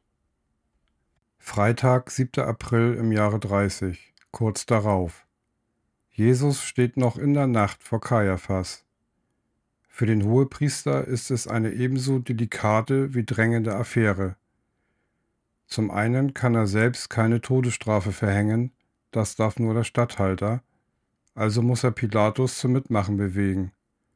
Freitag, 7. April im Jahre 30, kurz darauf. Jesus steht noch in der Nacht vor Kajaphas. Für den Hohepriester ist es eine ebenso delikate wie drängende Affäre. Zum einen kann er selbst keine Todesstrafe verhängen, das darf nur der Statthalter, also muss er Pilatus zum Mitmachen bewegen.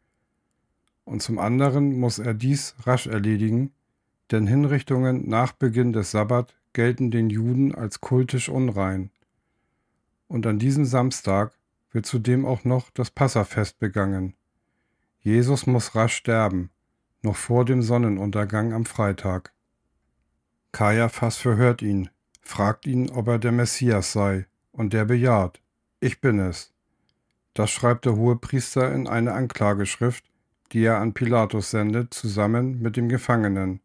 Und zum anderen muss er dies rasch erledigen, denn Hinrichtungen nach Beginn des Sabbat gelten den Juden als kultisch unrein. Und an diesem Samstag wird zudem auch noch das Passafest begangen. Jesus muss rasch sterben, noch vor dem Sonnenuntergang am Freitag. Kajaphas verhört ihn, fragt ihn, ob er der Messias sei, und der bejaht: Ich bin es. Das schreibt der Hohepriester in eine Anklageschrift, die er an Pilatus sendet, zusammen mit dem Gefangenen.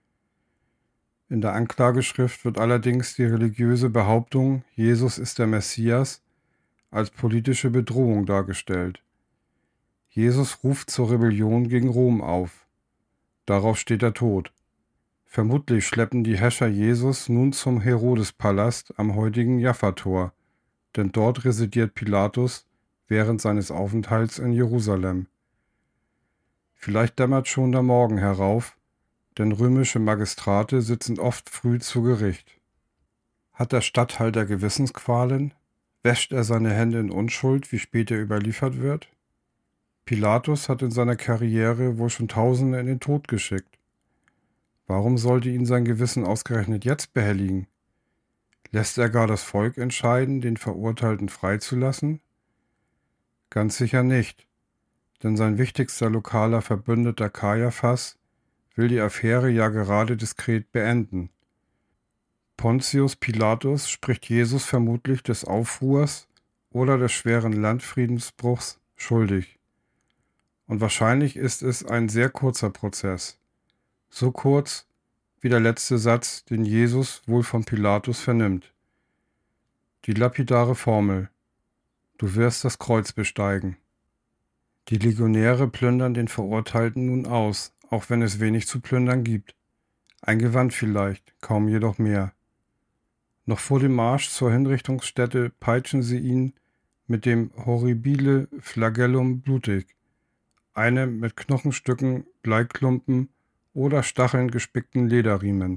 In der Anklageschrift wird allerdings die religiöse Behauptung, Jesus ist der Messias, als politische Bedrohung dargestellt. Jesus ruft zur Rebellion gegen Rom auf. Darauf steht er tot. Vermutlich schleppen die Häscher Jesus nun zum Herodespalast am heutigen Jaffa-Tor, denn dort residiert Pilatus während seines Aufenthalts in Jerusalem. Vielleicht dämmert schon der Morgen herauf, denn römische Magistrate sitzen oft früh zu Gericht. Hat der Statthalter Gewissensqualen? Wäscht er seine Hände in Unschuld, wie später überliefert wird? Pilatus hat in seiner Karriere wohl schon Tausende in den Tod geschickt. Warum sollte ihn sein Gewissen ausgerechnet jetzt behelligen? Lässt er gar das Volk entscheiden, den Verurteilten freizulassen? Ganz sicher nicht, denn sein wichtigster lokaler Verbündeter Kajaphas will die Affäre ja gerade diskret beenden. Pontius Pilatus spricht Jesus vermutlich des Aufruhrs oder des schweren Landfriedensbruchs schuldig. Und wahrscheinlich ist es ein sehr kurzer Prozess. So kurz wie der letzte Satz, den Jesus wohl von Pilatus vernimmt. Die lapidare Formel: Du wirst das Kreuz besteigen. Die Legionäre plündern den Verurteilten nun aus, auch wenn es wenig zu plündern gibt. Ein Gewand vielleicht, kaum jedoch mehr. Noch vor dem Marsch zur Hinrichtungsstätte peitschen sie ihn mit dem horribile Flagellum blutig, eine mit Knochenstücken, Bleiklumpen oder Stacheln gespickten Lederriemen.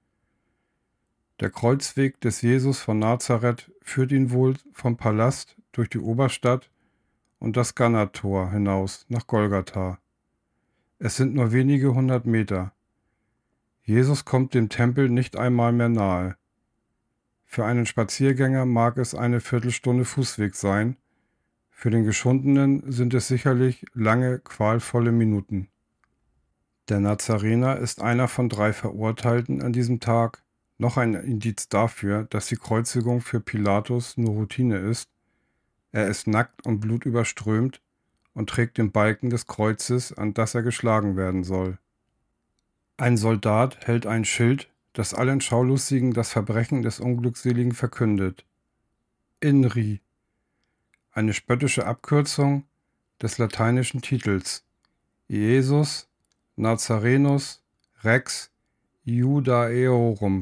Der Kreuzweg des Jesus von Nazareth führt ihn wohl vom Palast durch die Oberstadt und das Ganator hinaus nach Golgatha. Es sind nur wenige 100 Meter. Jesus kommt dem Tempel nicht einmal mehr nahe. Für einen Spaziergänger mag es eine Viertelstunde Fußweg sein, für den Geschundenen sind es sicherlich lange, qualvolle Minuten. Der Nazarener ist einer von 3 Verurteilten an diesem Tag, noch ein Indiz dafür, dass die Kreuzigung für Pilatus nur Routine ist. Er ist nackt und blutüberströmt und trägt den Balken des Kreuzes, an das er geschlagen werden soll. Ein Soldat hält ein Schild, das allen Schaulustigen das Verbrechen des Unglückseligen verkündet. INRI, eine spöttische Abkürzung des lateinischen Titels Jesus Nazarenus Rex Iudaeorum,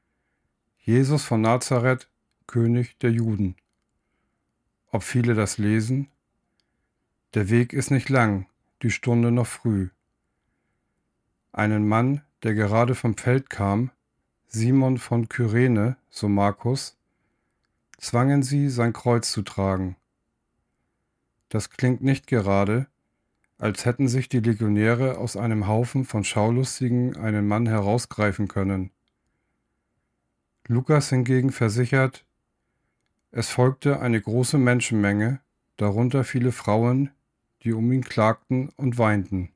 Jesus von Nazareth, König der Juden. Ob viele das lesen? Der Weg ist nicht lang, die Stunde noch früh. Einen Mann, der gerade vom Feld kam, Simon von Kyrene, so Markus, zwangen sie, sein Kreuz zu tragen. Das klingt nicht gerade, als hätten sich die Legionäre aus einem Haufen von Schaulustigen einen Mann herausgreifen können. Lukas hingegen versichert, es folgte eine große Menschenmenge, darunter viele Frauen, die um ihn klagten und weinten.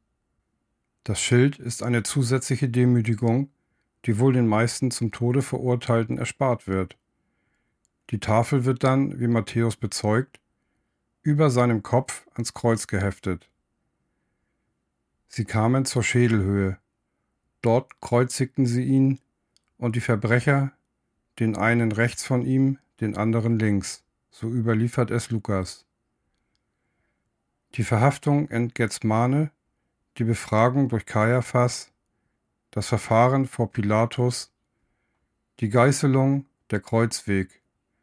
Das Schild ist eine zusätzliche Demütigung, die wohl den meisten zum Tode Verurteilten erspart wird. Die Tafel wird dann, wie Matthäus bezeugt, über seinem Kopf ans Kreuz geheftet. Sie kamen zur Schädelhöhe. Dort kreuzigten sie ihn und die Verbrecher, den einen rechts von ihm, den anderen links. So überliefert es Lukas. Die Verhaftung in Gethsemane, die Befragung durch Kajaphas, das Verfahren vor Pilatus, die Geißelung, der Kreuzweg.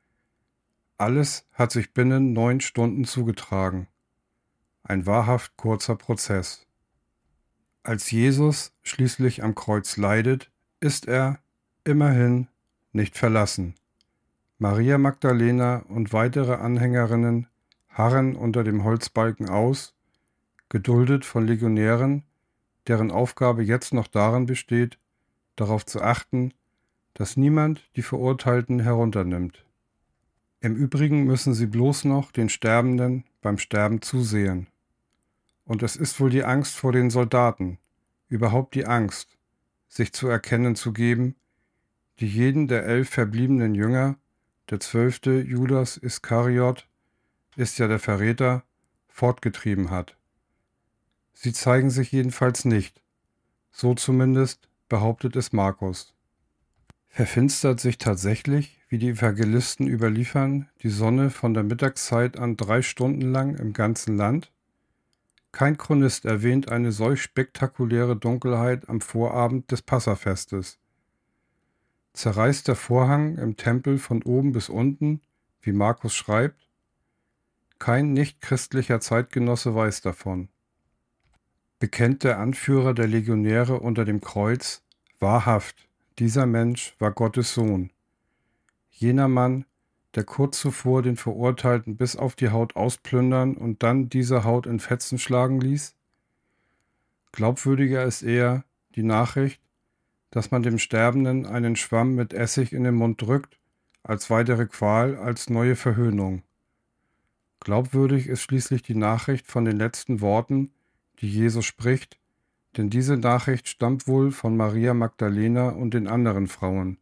Alles hat sich binnen 9 Stunden zugetragen. Ein wahrhaft kurzer Prozess. Als Jesus schließlich am Kreuz leidet, ist er, immerhin, nicht verlassen. Maria Magdalena und weitere Anhängerinnen harren unter dem Holzbalken aus, geduldet von Legionären, deren Aufgabe jetzt noch darin besteht, darauf zu achten, dass niemand die Verurteilten herunternimmt. Im Übrigen müssen sie bloß noch den Sterbenden beim Sterben zusehen. Und es ist wohl die Angst vor den Soldaten, überhaupt die Angst, sich zu erkennen zu geben, die jeden der 11 verbliebenen Jünger, der 12. Judas Iskariot, ist ja der Verräter, fortgetrieben hat. Sie zeigen sich jedenfalls nicht, so zumindest behauptet es Markus. Verfinstert sich tatsächlich, wie die Evangelisten überliefern, die Sonne von der Mittagszeit an 3 Stunden lang im ganzen Land? Kein Chronist erwähnt eine solch spektakuläre Dunkelheit am Vorabend des Passafestes. Zerreißt der Vorhang im Tempel von oben bis unten, wie Markus schreibt? Kein nichtchristlicher Zeitgenosse weiß davon. bekennt der Anführer der Legionäre unter dem Kreuz: Wahrhaft, dieser Mensch war Gottes Sohn. Jener Mann, der kurz zuvor den Verurteilten bis auf die Haut ausplündern und dann diese Haut in Fetzen schlagen ließ? Glaubwürdiger ist eher die Nachricht, dass man dem Sterbenden einen Schwamm mit Essig in den Mund drückt, als weitere Qual, als neue Verhöhnung. Glaubwürdig ist schließlich die Nachricht von den letzten Worten, die Jesus spricht, denn diese Nachricht stammt wohl von Maria Magdalena und den anderen Frauen.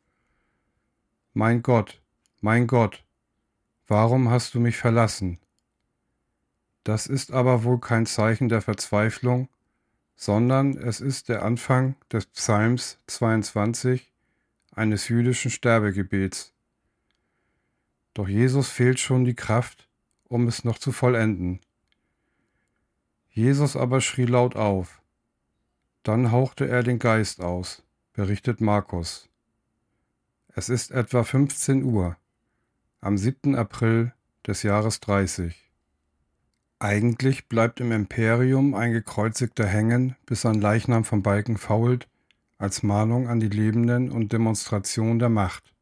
Mein Gott, warum hast du mich verlassen? Das ist aber wohl kein Zeichen der Verzweiflung, sondern es ist der Anfang des Psalms 22, eines jüdischen Sterbegebets. Doch Jesus fehlt schon die Kraft, um es noch zu vollenden. Jesus aber schrie laut auf. Dann hauchte er den Geist aus, berichtet Markus. Es ist etwa 15 Uhr, am 7. April des Jahres 30. Eigentlich bleibt im Imperium ein Gekreuzigter hängen, bis sein Leichnam vom Balken fault, als Mahnung an die Lebenden und Demonstration der Macht.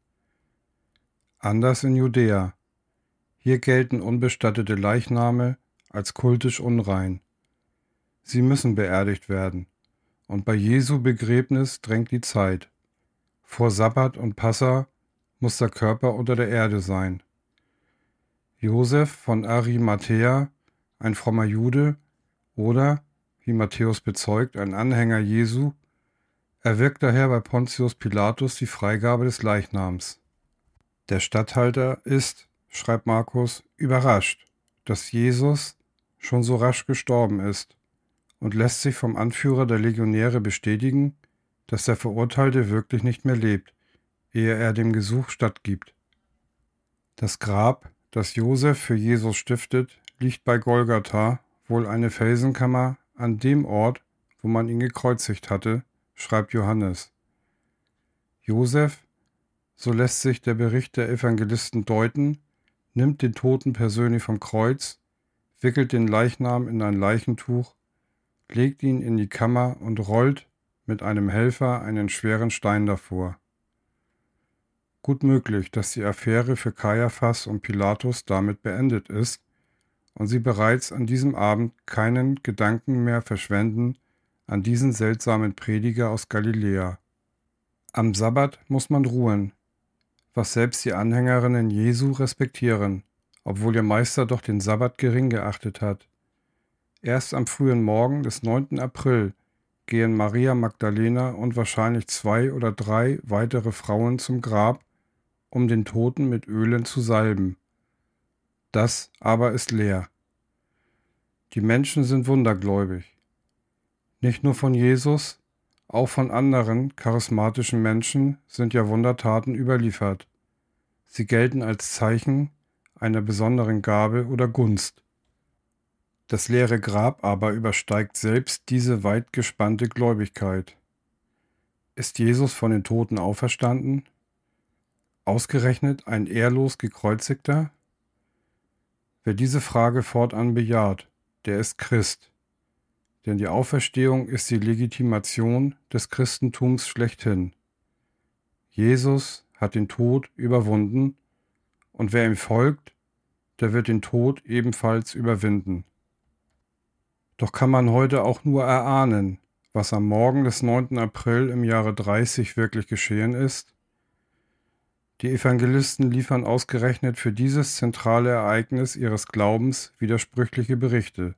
Anders in Judäa. Hier gelten unbestattete Leichname als kultisch unrein. Sie müssen beerdigt werden, und bei Jesu Begräbnis drängt die Zeit. Vor Sabbat und Passa muss der Körper unter der Erde sein. Josef von Arimathäa, ein frommer Jude oder, wie Matthäus bezeugt, ein Anhänger Jesu, erwirkt daher bei Pontius Pilatus die Freigabe des Leichnams. Der Statthalter ist, schreibt Markus, überrascht, dass Jesus schon so rasch gestorben ist und lässt sich vom Anführer der Legionäre bestätigen, dass der Verurteilte wirklich nicht mehr lebt, ehe er dem Gesuch stattgibt. Das Grab, das Josef für Jesus stiftet, liegt bei Golgatha, wohl eine Felsenkammer, an dem Ort, wo man ihn gekreuzigt hatte, schreibt Johannes. Josef, so lässt sich der Bericht der Evangelisten deuten, nimmt den Toten persönlich vom Kreuz, wickelt den Leichnam in ein Leichentuch, legt ihn in die Kammer und rollt mit einem Helfer einen schweren Stein davor. Gut möglich, dass die Affäre für Kajaphas und Pilatus damit beendet ist und sie bereits an diesem Abend keinen Gedanken mehr verschwenden an diesen seltsamen Prediger aus Galiläa. Am Sabbat muss man ruhen, was selbst die Anhängerinnen Jesu respektieren, obwohl ihr Meister doch den Sabbat gering geachtet hat. Erst am frühen Morgen des 9. April gehen Maria Magdalena und wahrscheinlich 2 oder 3 weitere Frauen zum Grab, um den Toten mit Ölen zu salben. Das aber ist leer. Die Menschen sind wundergläubig. Nicht nur von Jesus, auch von anderen charismatischen Menschen sind ja Wundertaten überliefert. Sie gelten als Zeichen einer besonderen Gabe oder Gunst. Das leere Grab aber übersteigt selbst diese weit gespannte Gläubigkeit. Ist Jesus von den Toten auferstanden? Ausgerechnet ein ehrlos gekreuzigter? Wer diese Frage fortan bejaht, der ist Christ. Denn die Auferstehung ist die Legitimation des Christentums schlechthin. Jesus hat den Tod überwunden und wer ihm folgt, der wird den Tod ebenfalls überwinden. Doch kann man heute auch nur erahnen, was am Morgen des 9. April im Jahre 30 wirklich geschehen ist. Die Evangelisten liefern ausgerechnet für dieses zentrale Ereignis ihres Glaubens widersprüchliche Berichte.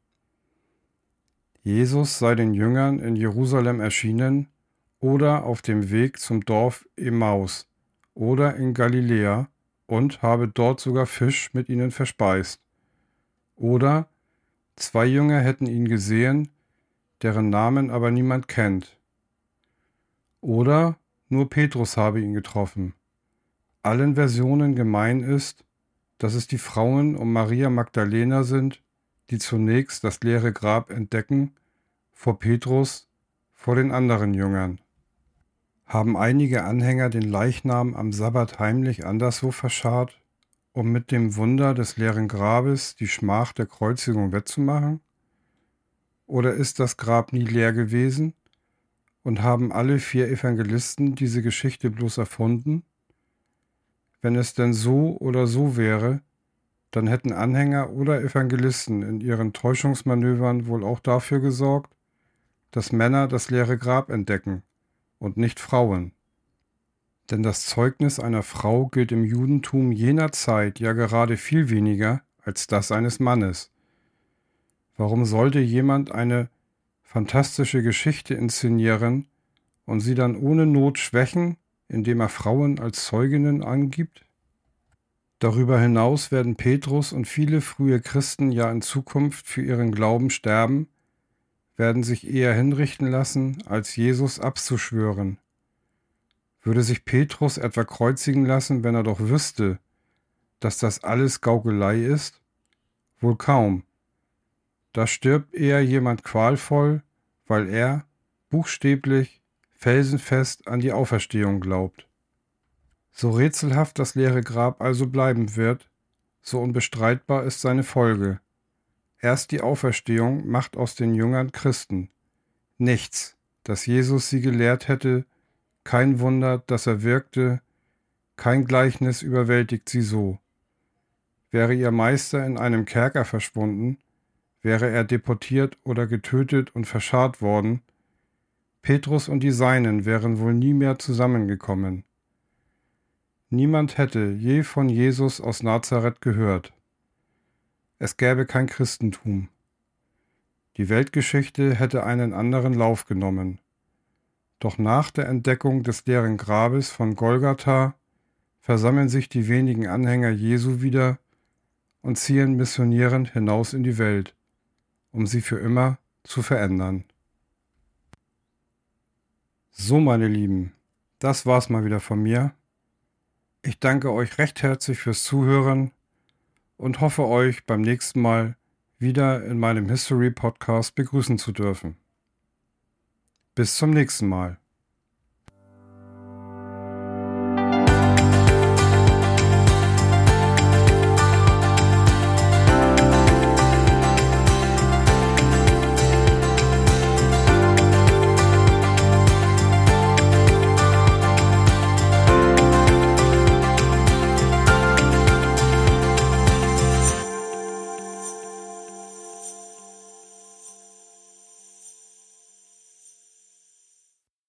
Jesus sei den Jüngern in Jerusalem erschienen oder auf dem Weg zum Dorf Emmaus oder in Galiläa und habe dort sogar Fisch mit ihnen verspeist. Oder 2 Jünger hätten ihn gesehen, deren Namen aber niemand kennt. Oder nur Petrus habe ihn getroffen. Allen Versionen gemein ist, dass es die Frauen um Maria Magdalena sind, die zunächst das leere Grab entdecken, vor Petrus, vor den anderen Jüngern. Haben einige Anhänger den Leichnam am Sabbat heimlich anderswo verscharrt, um mit dem Wunder des leeren Grabes die Schmach der Kreuzigung wettzumachen? Oder ist das Grab nie leer gewesen? Und haben alle 4 Evangelisten diese Geschichte bloß erfunden? Wenn es denn so oder so wäre, dann hätten Anhänger oder Evangelisten in ihren Täuschungsmanövern wohl auch dafür gesorgt, dass Männer das leere Grab entdecken und nicht Frauen. Denn das Zeugnis einer Frau gilt im Judentum jener Zeit ja gerade viel weniger als das eines Mannes. Warum sollte jemand eine fantastische Geschichte inszenieren und sie dann ohne Not schwächen, indem er Frauen als Zeuginnen angibt? Darüber hinaus werden Petrus und viele frühe Christen ja in Zukunft für ihren Glauben sterben, werden sich eher hinrichten lassen, als Jesus abzuschwören. Würde sich Petrus etwa kreuzigen lassen, wenn er doch wüsste, dass das alles Gaukelei ist? Wohl kaum. Da stirbt eher jemand qualvoll, weil er, buchstäblich, felsenfest an die Auferstehung glaubt. So rätselhaft das leere Grab also bleiben wird, so unbestreitbar ist seine Folge. Erst die Auferstehung macht aus den Jüngern Christen. Nichts, das Jesus sie gelehrt hätte, kein Wunder, das er wirkte, kein Gleichnis überwältigt sie so. Wäre ihr Meister in einem Kerker verschwunden, wäre er deportiert oder getötet und verscharrt worden, Petrus und die Seinen wären wohl nie mehr zusammengekommen. Niemand hätte je von Jesus aus Nazareth gehört. Es gäbe kein Christentum. Die Weltgeschichte hätte einen anderen Lauf genommen. Doch nach der Entdeckung des leeren Grabes von Golgatha versammeln sich die wenigen Anhänger Jesu wieder und ziehen missionierend hinaus in die Welt, um sie für immer zu verändern. So, meine Lieben, das war's mal wieder von mir. Ich danke euch recht herzlich fürs Zuhören und hoffe euch beim nächsten Mal wieder in meinem History Podcast begrüßen zu dürfen. Bis zum nächsten Mal.